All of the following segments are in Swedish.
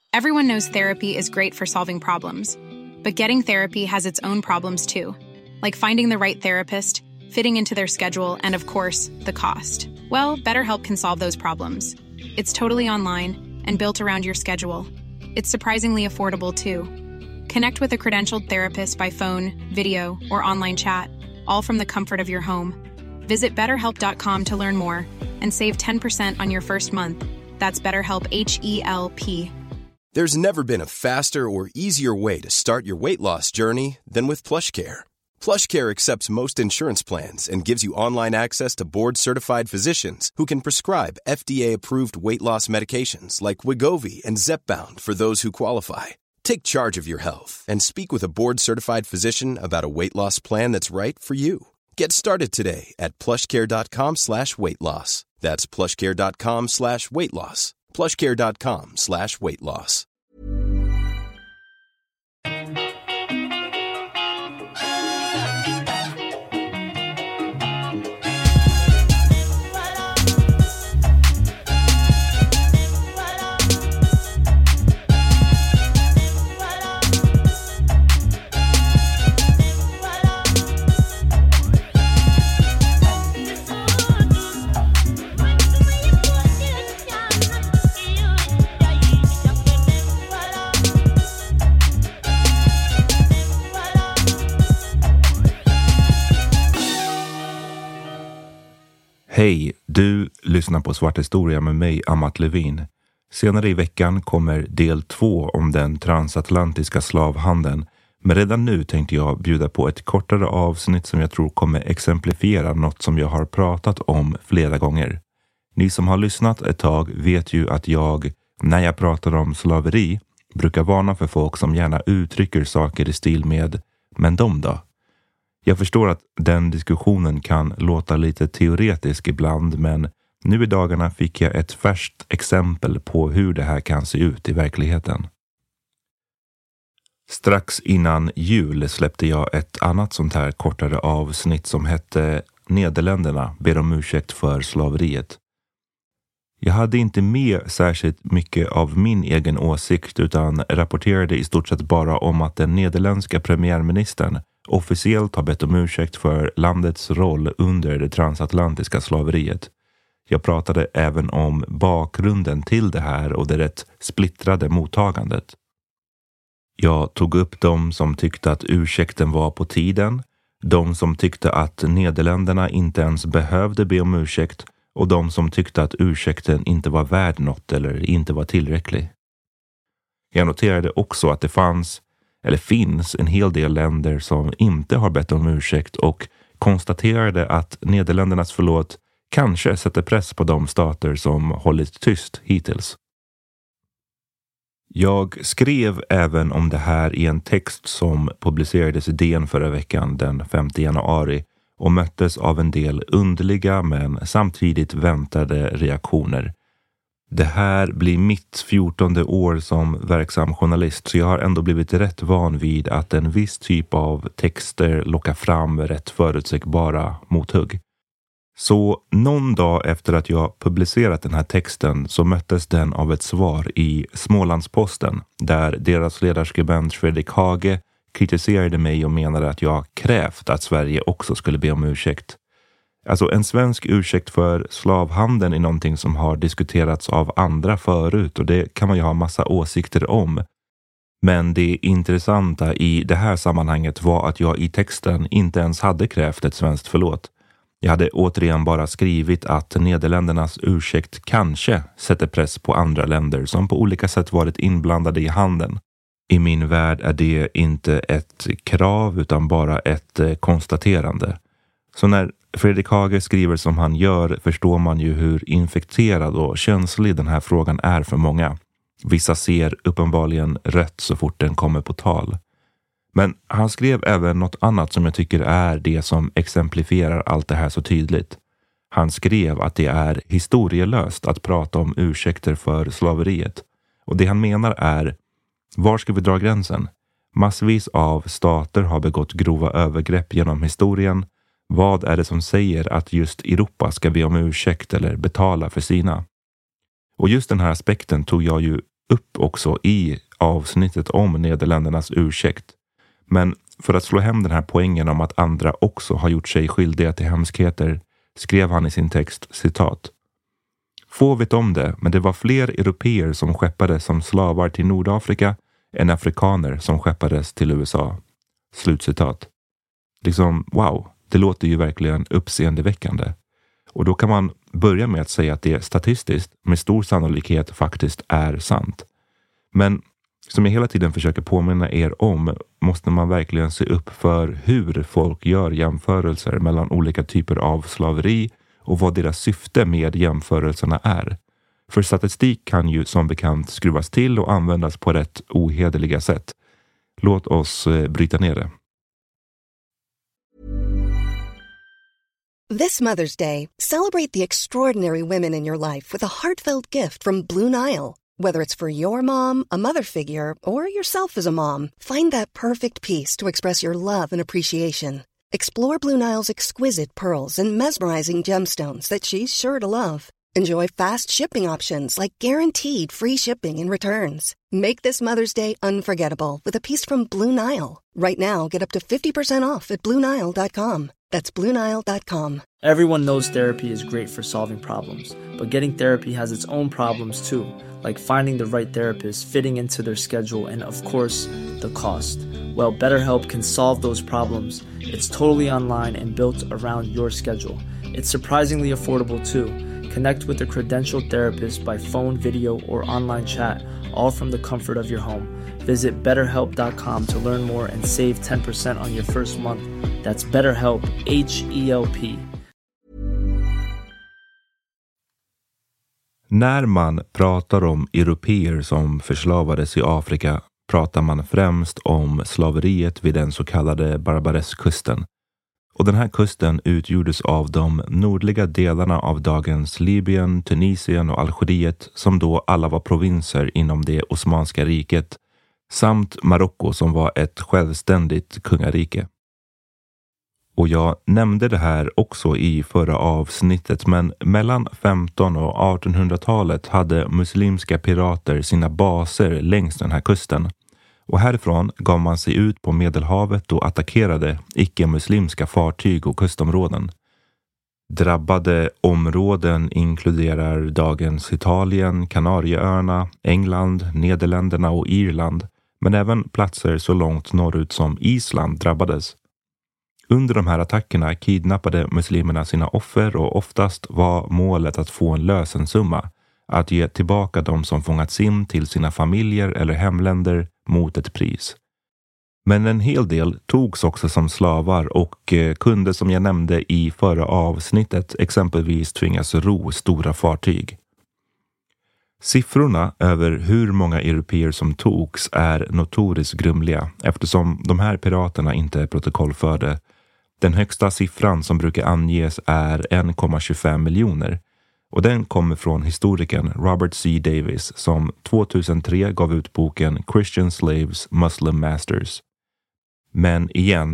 Everyone knows therapy is great for solving problems, but getting therapy has its own problems too, like finding the right therapist, fitting into their schedule, and of course, the cost. Well, BetterHelp can solve those problems. It's totally online and built around your schedule. It's surprisingly affordable too. Connect with a credentialed therapist by phone, video, or online chat, all from the comfort of your home. Visit BetterHelp.com to learn more and save 10% on your first month. That's BetterHelp, H-E-L-P. There's never been a faster or easier way to start your weight loss journey than with PlushCare. PlushCare accepts most insurance plans and gives you online access to board-certified physicians who can prescribe FDA-approved weight loss medications like Wegovy and Zepbound for those who qualify. Take charge of your health and speak with a board-certified physician about a weight loss plan that's right for you. Get started today at plushcare.com/weightloss. That's plushcare.com/weightloss. plushcare.com/weightloss. Hej, du lyssnar på Svart historia med mig, Amat Levin. Senare i veckan kommer del 2 om den transatlantiska slavhandeln. Men redan nu tänkte jag bjuda på ett kortare avsnitt som jag tror kommer exemplifiera något som jag har pratat om flera gånger. Ni som har lyssnat ett tag vet ju att jag, när jag pratar om slaveri, brukar varna för folk som gärna uttrycker saker i stil med "men de då?" Jag förstår att den diskussionen kan låta lite teoretisk ibland, men nu i dagarna fick jag ett färskt exempel på hur det här kan se ut i verkligheten. Strax innan jul släppte jag ett annat sånt här kortare avsnitt som hette "Nederländerna ber om ursäkt för slaveriet". Jag hade inte med särskilt mycket av min egen åsikt utan rapporterade i stort sett bara om att den nederländska premiärministern officiellt har bett om ursäkt för landets roll under det transatlantiska slaveriet. Jag pratade även om bakgrunden till det här och det rätt splittrade mottagandet. Jag tog upp de som tyckte att ursäkten var på tiden, de som tyckte att Nederländerna inte ens behövde be om ursäkt och de som tyckte att ursäkten inte var värd något eller inte var tillräcklig. Jag noterade också att det finns en hel del länder som inte har bett om ursäkt och konstaterade att Nederländernas förlåt kanske sätter press på de stater som hållit tyst hittills. Jag skrev även om det här i en text som publicerades i DN förra veckan den 5 januari och möttes av en del underliga men samtidigt väntade reaktioner. Det här blir mitt 14:e år som verksam journalist, så jag har ändå blivit rätt van vid att en viss typ av texter lockar fram rätt förutsägbara mothugg. Så någon dag efter att jag publicerat den här texten så möttes den av ett svar i Smålandsposten där deras ledarskribent Fredrik Hage kritiserade mig och menade att jag krävt att Sverige också skulle be om ursäkt. Alltså en svensk ursäkt för slavhandeln är någonting som har diskuterats av andra förut och det kan man ju ha massa åsikter om. Men det intressanta i det här sammanhanget var att jag i texten inte ens hade krävt ett svenskt förlåt. Jag hade återigen bara skrivit att Nederländernas ursäkt kanske sätter press på andra länder som på olika sätt varit inblandade i handeln. I min värld är det inte ett krav utan bara ett konstaterande. Så när Fredrik Hage skriver som han gör förstår man ju hur infekterad och känslig den här frågan är för många. Vissa ser uppenbarligen rött så fort den kommer på tal. Men han skrev även något annat som jag tycker är det som exemplifierar allt det här så tydligt. Han skrev att det är historielöst att prata om ursäkter för slaveriet. Och det han menar är, var ska vi dra gränsen? Massvis av stater har begått grova övergrepp genom historien. Vad är det som säger att just Europa ska be om ursäkt eller betala för sina? Och just den här aspekten tog jag ju upp också i avsnittet om Nederländernas ursäkt. Men för att slå hem den här poängen om att andra också har gjort sig skyldiga till hemskheter skrev han i sin text, citat: "Få vet om det, men det var fler europeer som skeppades som slavar till Nordafrika än afrikaner som skeppades till USA." Slutcitat. Liksom, wow, det låter ju verkligen uppseendeväckande. Och då kan man börja med att säga att det statistiskt med stor sannolikhet faktiskt är sant. Men som jag hela tiden försöker påminna er om måste man verkligen se upp för hur folk gör jämförelser mellan olika typer av slaveri och vad deras syfte med jämförelserna är. För statistik kan ju som bekant skruvas till och användas på rätt ohederliga sätt. Låt oss bryta ner det. This Mother's Day, celebrate the extraordinary women in your life with a heartfelt gift from Blue Nile. Whether it's for your mom, a mother figure, or yourself as a mom, find that perfect piece to express your love and appreciation. Explore Blue Nile's exquisite pearls and mesmerizing gemstones that she's sure to love. Enjoy fast shipping options like guaranteed free shipping and returns. Make this Mother's Day unforgettable with a piece from Blue Nile. Right now, get up to 50% off at BlueNile.com. That's BlueNile.com. Everyone knows therapy is great for solving problems, but getting therapy has its own problems too, like finding the right therapist, fitting into their schedule, and of course, the cost. Well, BetterHelp can solve those problems. It's totally online and built around your schedule. It's surprisingly affordable too. Connect with a credentialed therapist by phone, video, or online chat, all from the comfort of your home. Visit BetterHelp.com to learn more and save 10% on your first month. That's BetterHelp, H-E-L-P. När man pratar om europeer som förslavades i Afrika pratar man främst om slaveriet vid den så kallade Barbareskusten. Och den här kusten utgjordes av de nordliga delarna av dagens Libyen, Tunisien och Algeriet som då alla var provinser inom det Osmanska riket samt Marocko som var ett självständigt kungarike. Och jag nämnde det här också i förra avsnittet, men mellan 1500- och 1800-talet hade muslimska pirater sina baser längs den här kusten. Och härifrån gav man sig ut på Medelhavet och attackerade icke-muslimska fartyg och kustområden. Drabbade områden inkluderar dagens Italien, Kanarieöarna, England, Nederländerna och Irland, men även platser så långt norrut som Island drabbades. Under de här attackerna kidnappade muslimerna sina offer och oftast var målet att få en lösensumma, att ge tillbaka de som fångats in till sina familjer eller hemländer mot ett pris. Men en hel del togs också som slavar och kunde, som jag nämnde i förra avsnittet, exempelvis tvingas ro stora fartyg. Siffrorna över hur många europeer som togs är notoriskt grumliga eftersom de här piraterna inte är protokollförde. Den högsta siffran som brukar anges är 1,25 miljoner och den kommer från historikern Robert C. Davis som 2003 gav ut boken Christian Slaves, Muslim Masters. Men igen,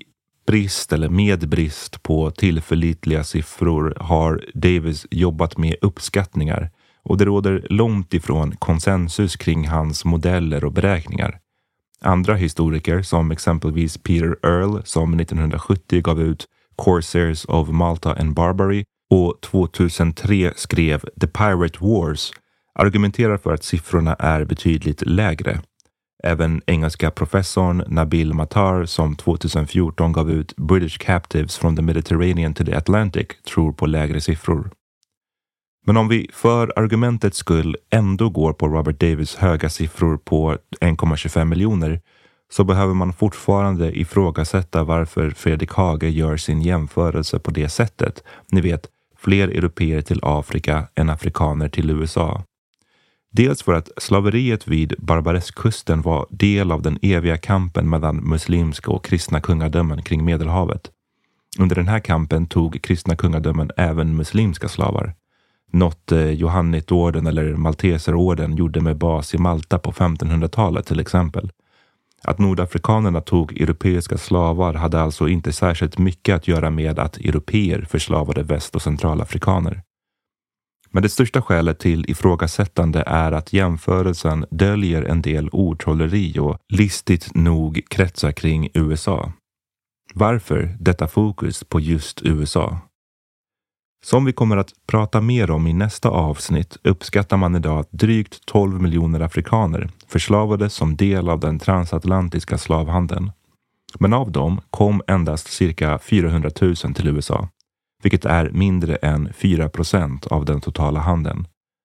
med brist på tillförlitliga siffror har Davis jobbat med uppskattningar och det råder långt ifrån konsensus kring hans modeller och beräkningar. Andra historiker som exempelvis Peter Earle som 1970 gav ut Corsairs of Malta and Barbary och 2003 skrev The Pirate Wars argumenterar för att siffrorna är betydligt lägre. Även engelska professorn Nabil Matar som 2014 gav ut British Captives from the Mediterranean to the Atlantic tror på lägre siffror. Men om vi för argumentets skull ändå går på Robert Davis höga siffror på 1,25 miljoner så behöver man fortfarande ifrågasätta varför Fredrik Hage gör sin jämförelse på det sättet. Ni vet, fler europeer till Afrika än afrikaner till USA. Dels för att slaveriet vid Barbareskusten var del av den eviga kampen mellan muslimska och kristna kungadömen kring Medelhavet. Under den här kampen tog kristna kungadömen även muslimska slavar. Något Johannitorden eller Malteserorden gjorde med bas i Malta på 1500-talet till exempel. Att nordafrikanerna tog europeiska slavar hade alltså inte särskilt mycket att göra med att europeer förslavade väst- och centralafrikaner. Men det största skälet till ifrågasättande är att jämförelsen döljer en del ordtrolleri och listigt nog kretsar kring USA. Varför detta fokus på just USA? Som vi kommer att prata mer om i nästa avsnitt uppskattar man idag att drygt 12 miljoner afrikaner förslavades som del av den transatlantiska slavhandeln. Men av dem kom endast cirka 400 000 till USA, vilket är mindre än 4% av den totala handeln.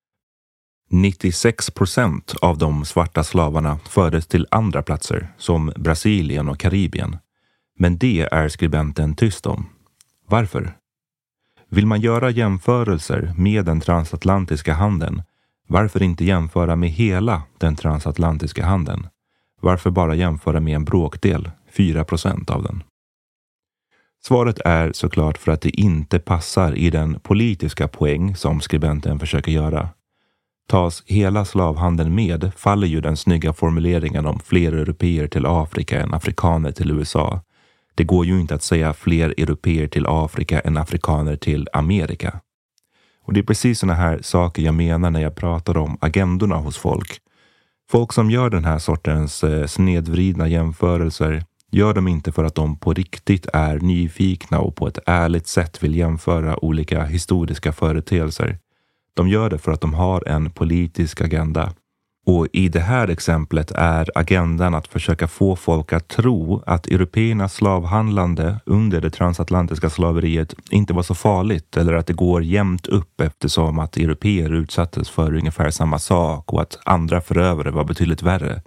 96% av de svarta slavarna fördes till andra platser som Brasilien och Karibien. Men det är skribenten tyst om. Varför? Vill man göra jämförelser med den transatlantiska handeln, varför inte jämföra med hela den transatlantiska handeln? Varför bara jämföra med en bråkdel, 4% av den? Svaret är såklart för att det inte passar i den politiska poäng som skribenten försöker göra. Tas hela slavhandeln med faller ju den snygga formuleringen om fler europeer till Afrika än afrikaner till USA. Det går ju inte att säga fler europeer till Afrika än afrikaner till Amerika. Och det är precis såna här saker jag menar när jag pratar om agendorna hos folk. Folk som gör den här sortens snedvridna jämförelser gör de inte för att de på riktigt är nyfikna och på ett ärligt sätt vill jämföra olika historiska företeelser. De gör det för att de har en politisk agenda. Och i det här exemplet är agendan att försöka få folk att tro att européernas slavhandlande under det transatlantiska slaveriet inte var så farligt eller att det går jämnt upp eftersom att europeer utsattes för ungefär samma sak och att andra förövare var betydligt värre.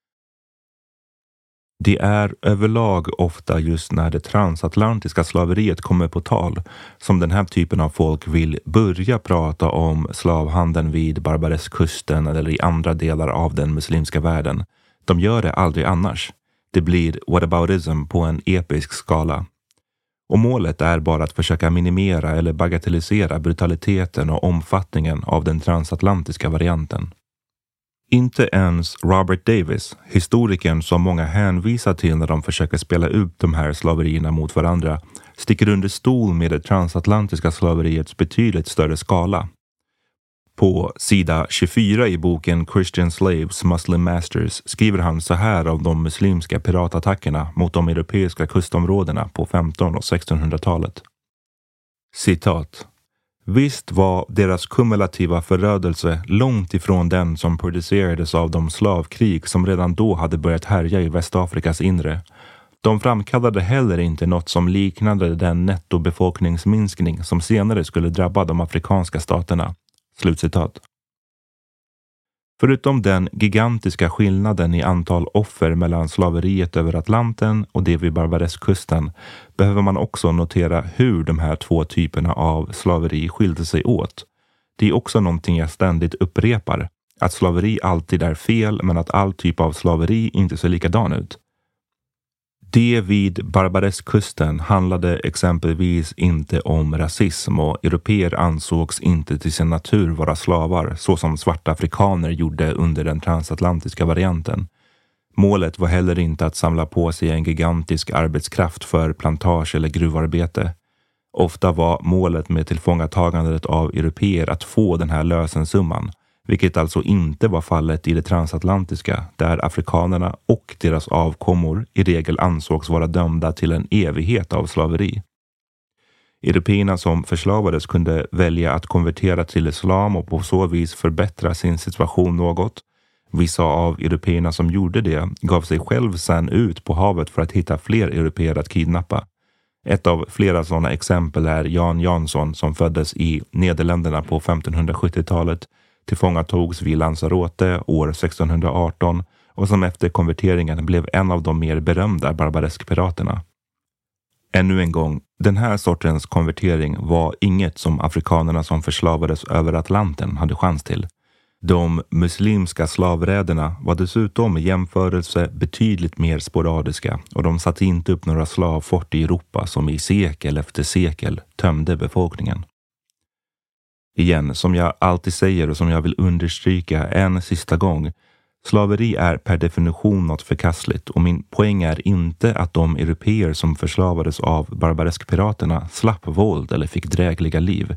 Det är överlag ofta just när det transatlantiska slaveriet kommer på tal som den här typen av folk vill börja prata om slavhandeln vid Barbareskusten eller i andra delar av den muslimska världen. De gör det aldrig annars. Det blir whataboutism på en episk skala. Och målet är bara att försöka minimera eller bagatellisera brutaliteten och omfattningen av den transatlantiska varianten. Inte ens Robert Davis, historikern som många hänvisar till när de försöker spela ut de här slaverierna mot varandra, sticker under stol med det transatlantiska slaveriets betydligt större skala. På sida 24 i boken Christian Slaves, Muslim Masters skriver han så här om de muslimska piratattackerna mot de europeiska kustområdena på 1500- och 1600-talet. Citat. Visst var deras kumulativa förödelse långt ifrån den som producerades av de slavkrig som redan då hade börjat härja i Västafrikas inre. De framkallade heller inte något som liknade den nettobefolkningsminskning som senare skulle drabba de afrikanska staterna. Slutcitat. Förutom den gigantiska skillnaden i antal offer mellan slaveriet över Atlanten och det vid Barbareskusten behöver man också notera hur de här två typerna av slaveri skilde sig åt. Det är också någonting jag ständigt upprepar, att slaveri alltid är fel men att all typ av slaveri inte ser likadan ut. Det vid Barbareskusten handlade exempelvis inte om rasism och europeer ansågs inte till sin natur vara slavar så som svarta afrikaner gjorde under den transatlantiska varianten. Målet var heller inte att samla på sig en gigantisk arbetskraft för plantage eller gruvarbete. Ofta var målet med tillfångatagandet av europeer att få den här lösensumman, vilket alltså inte var fallet i det transatlantiska där afrikanerna och deras avkommor i regel ansågs vara dömda till en evighet av slaveri. Européerna som förslavades kunde välja att konvertera till islam och på så vis förbättra sin situation något. Vissa av européerna som gjorde det gav sig själv sedan ut på havet för att hitta fler europeer att kidnappa. Ett av flera sådana exempel är Jan Jansson som föddes i Nederländerna på 1570-talet, tillfångatogs vid Lanzarote år 1618 och som efter konverteringen blev en av de mer berömda barbareskpiraterna. Ännu en gång, den här sortens konvertering var inget som afrikanerna som förslavades över Atlanten hade chans till. De muslimska slavräderna var dessutom i jämförelse betydligt mer sporadiska och de satte inte upp några slavfort i Europa som i sekel efter sekel tömde befolkningen. Igen, som jag alltid säger och som jag vill understryka en sista gång, slaveri är per definition något förkastligt och min poäng är inte att de europeer som förslavades av barbareskpiraterna slapp våld eller fick drägliga liv.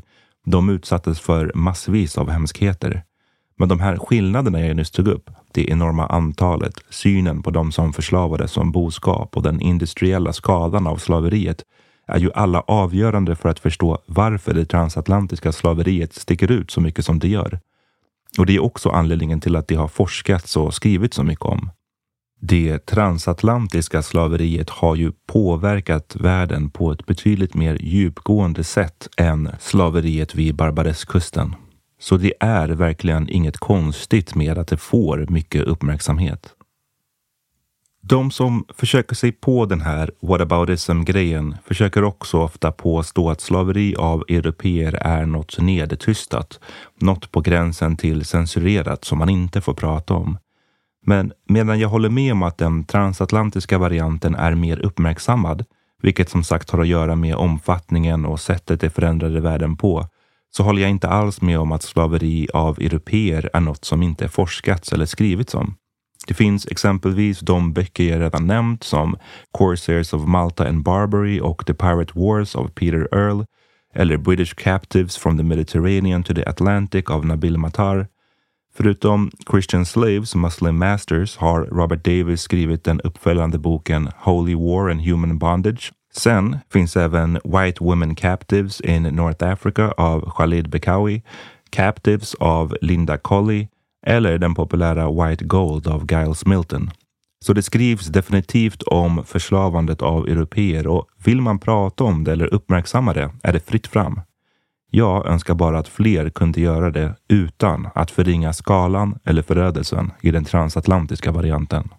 De utsattes för massvis av hemskheter. Men de här skillnaderna jag nyss tog upp, det enorma antalet, synen på de som förslavades som boskap och den industriella skadan av slaveriet är ju alla avgörande för att förstå varför det transatlantiska slaveriet sticker ut så mycket som det gör. Och det är också anledningen till att det har forskats och skrivits så mycket om. Det transatlantiska slaveriet har ju påverkat världen på ett betydligt mer djupgående sätt än slaveriet vid Barbareskusten. Så det är verkligen inget konstigt med att det får mycket uppmärksamhet. De som försöker sig på den här whataboutism-grejen försöker också ofta påstå att slaveri av europeer är något nedtystat, något på gränsen till censurerat som man inte får prata om. Men medan jag håller med om att den transatlantiska varianten är mer uppmärksammad, vilket som sagt har att göra med omfattningen och sättet det förändrade världen på, så håller jag inte alls med om att slaveri av europeer är något som inte forskats eller skrivits om. Det finns exempelvis de böcker jag redan nämnt som Corsairs of Malta and Barbary och The Pirate Wars av Peter Earle, eller British Captives from the Mediterranean to the Atlantic av Nabil Matar. Förutom Christian Slaves, Muslim Masters har Robert Davis skrivit den uppföljande boken Holy War and Human Bondage. Sen finns även White Women Captives in North Africa av Khalid Bekawi, Captives av Linda Colley eller den populära White Gold av Giles Milton. Så det skrivs definitivt om förslavandet av europeer och vill man prata om det eller uppmärksamma det är det fritt fram. Jag önskar bara att fler kunde göra det utan att förringa skalan eller förödelsen i den transatlantiska varianten.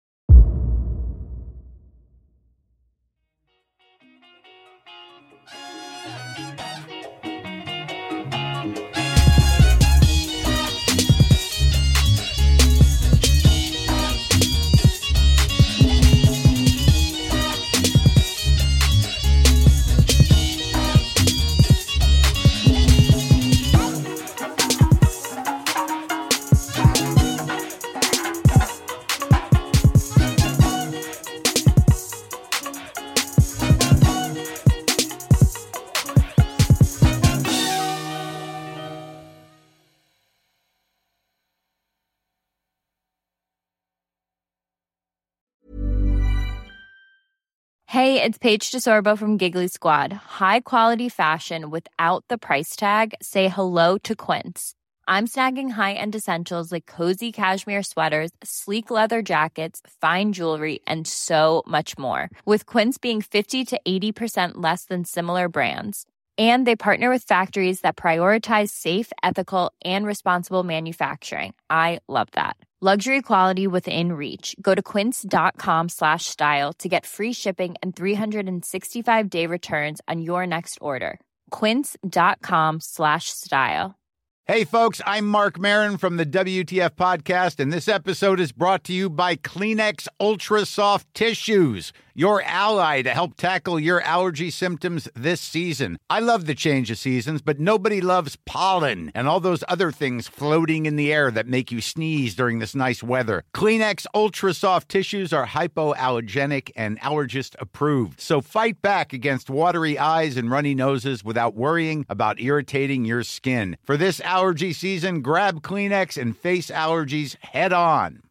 Hey, it's Paige DeSorbo from Giggly Squad. High quality fashion without the price tag. Say hello to Quince. I'm snagging high-end essentials like cozy cashmere sweaters, sleek leather jackets, fine jewelry, and so much more. With Quince being 50 to 80% less than similar brands. And they partner with factories that prioritize safe, ethical, and responsible manufacturing. I love that. Luxury quality within reach. Go to quince.com/style to get free shipping and 365-day returns on your next order. Quince.com/style. Hey folks, I'm Mark Maron from the WTF Podcast, and this episode is brought to you by Kleenex Ultra Soft Tissues, your ally to help tackle your allergy symptoms this season. I love the change of seasons, but nobody loves pollen and all those other things floating in the air that make you sneeze during this nice weather. Kleenex Ultra Soft Tissues are hypoallergenic and allergist approved, so fight back against watery eyes and runny noses without worrying about irritating your skin. For this allergy season, grab Kleenex and face allergies head on.